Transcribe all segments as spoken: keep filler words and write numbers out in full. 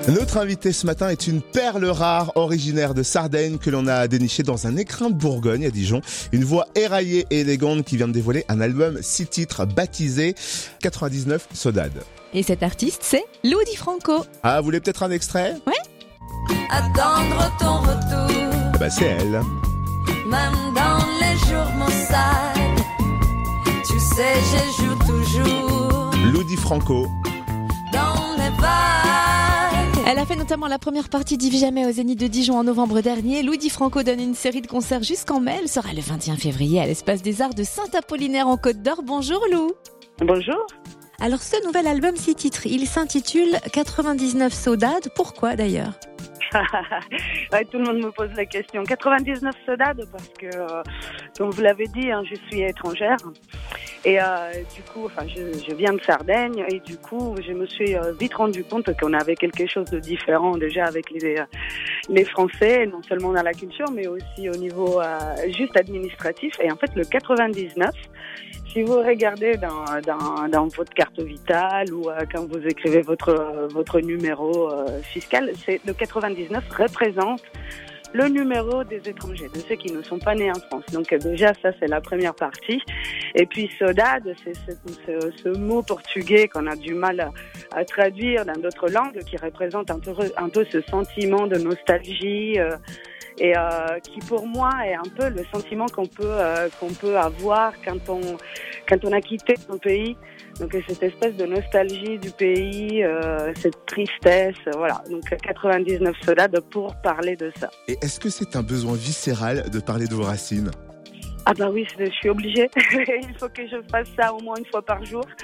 Notre invitée ce matin est une perle rare originaire de Sardaigne que l'on a dénichée dans un écrin de Bourgogne à Dijon. Une voix éraillée et élégante qui vient de dévoiler un album six titres baptisé quatre-vingt-dix-neuf Saudade. Et cet artiste, c'est Lou Di Franco. Ah, vous voulez peut-être un extrait ? Ouais. Attendre ton retour. Ah bah c'est elle. Même dans les jours maussades, tu sais, je joue toujours Lou Di Franco. dans les vagues. Elle a fait notamment la première partie d'Yves Jamais au Zénith de Dijon en novembre dernier. Lou Di Franco donne une série de concerts jusqu'en mai. Elle sera le vingt et un février à l'Espace des Arts de Saint-Apollinaire en Côte d'Or. Bonjour Lou. Bonjour. Alors ce nouvel album six titres, il s'intitule quatre-vingt-dix-neuf Saudade. Pourquoi d'ailleurs ? Ouais, tout le monde me pose la question. quatre-vingt-dix-neuf Saudade parce que, euh, comme vous l'avez dit, hein, je suis étrangère. Et euh, du coup, enfin, je, je viens de Sardaigne et du coup, je me suis euh, vite rendu compte qu'on avait quelque chose de différent déjà avec les, euh, les Français, non seulement dans la culture, mais aussi au niveau euh, juste administratif. Et en fait, le quatre-vingt-dix-neuf, si vous regardez dans, dans, dans votre carte vitale ou euh, quand vous écrivez votre, votre numéro euh, fiscal, c'est le quatre-vingt-dix-neuf représente le numéro des étrangers, de ceux qui ne sont pas nés en France. Donc déjà, ça, c'est la première partie. Et puis, saudade, c'est ce, ce, ce mot portugais qu'on a du mal à, à traduire dans d'autres langues, qui représente un peu, un peu ce sentiment de nostalgie euh, et euh, qui, pour moi, est un peu le sentiment qu'on peut, euh, qu'on peut avoir quand on, quand on a quitté son pays. Donc cette espèce de nostalgie du pays, euh, cette tristesse, voilà. Donc quatre-vingt-dix-neuf Saudade pour parler de ça. Et est-ce que c'est un besoin viscéral de parler de vos racines ? Ah bah oui, je suis obligée. Il faut que je fasse ça au moins une fois par jour.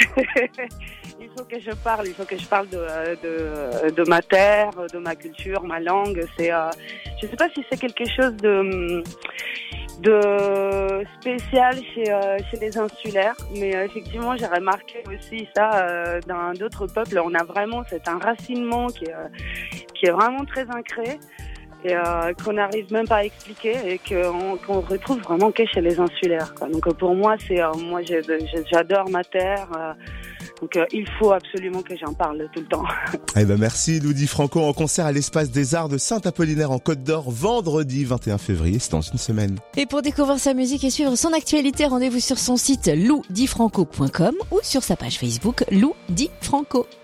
Il faut que je parle, il faut que je parle de, de, de ma terre, de ma culture, ma langue. C'est, euh, je sais pas si c'est quelque chose de... de spécial chez, euh, chez les insulaires, mais euh, effectivement j'ai remarqué aussi ça euh, dans d'autres peuples. On a vraiment cet enracinement qui est, euh, qui est vraiment très ancré et euh, qu'on n'arrive même pas à expliquer et qu'on, qu'on retrouve vraiment que chez les insulaires, quoi. Donc pour moi c'est euh, moi j'ai, j'ai, j'adore ma terre. Euh, Donc euh, il faut absolument que j'en parle tout le temps. Eh ben merci Lou Di Franco en concert à l'Espace des Arts de Saint-Apollinaire en Côte d'Or vendredi vingt et un février, c'est dans une semaine. Et pour découvrir sa musique et suivre son actualité, rendez-vous sur son site lou di franco point com ou sur sa page Facebook Lou Di Franco.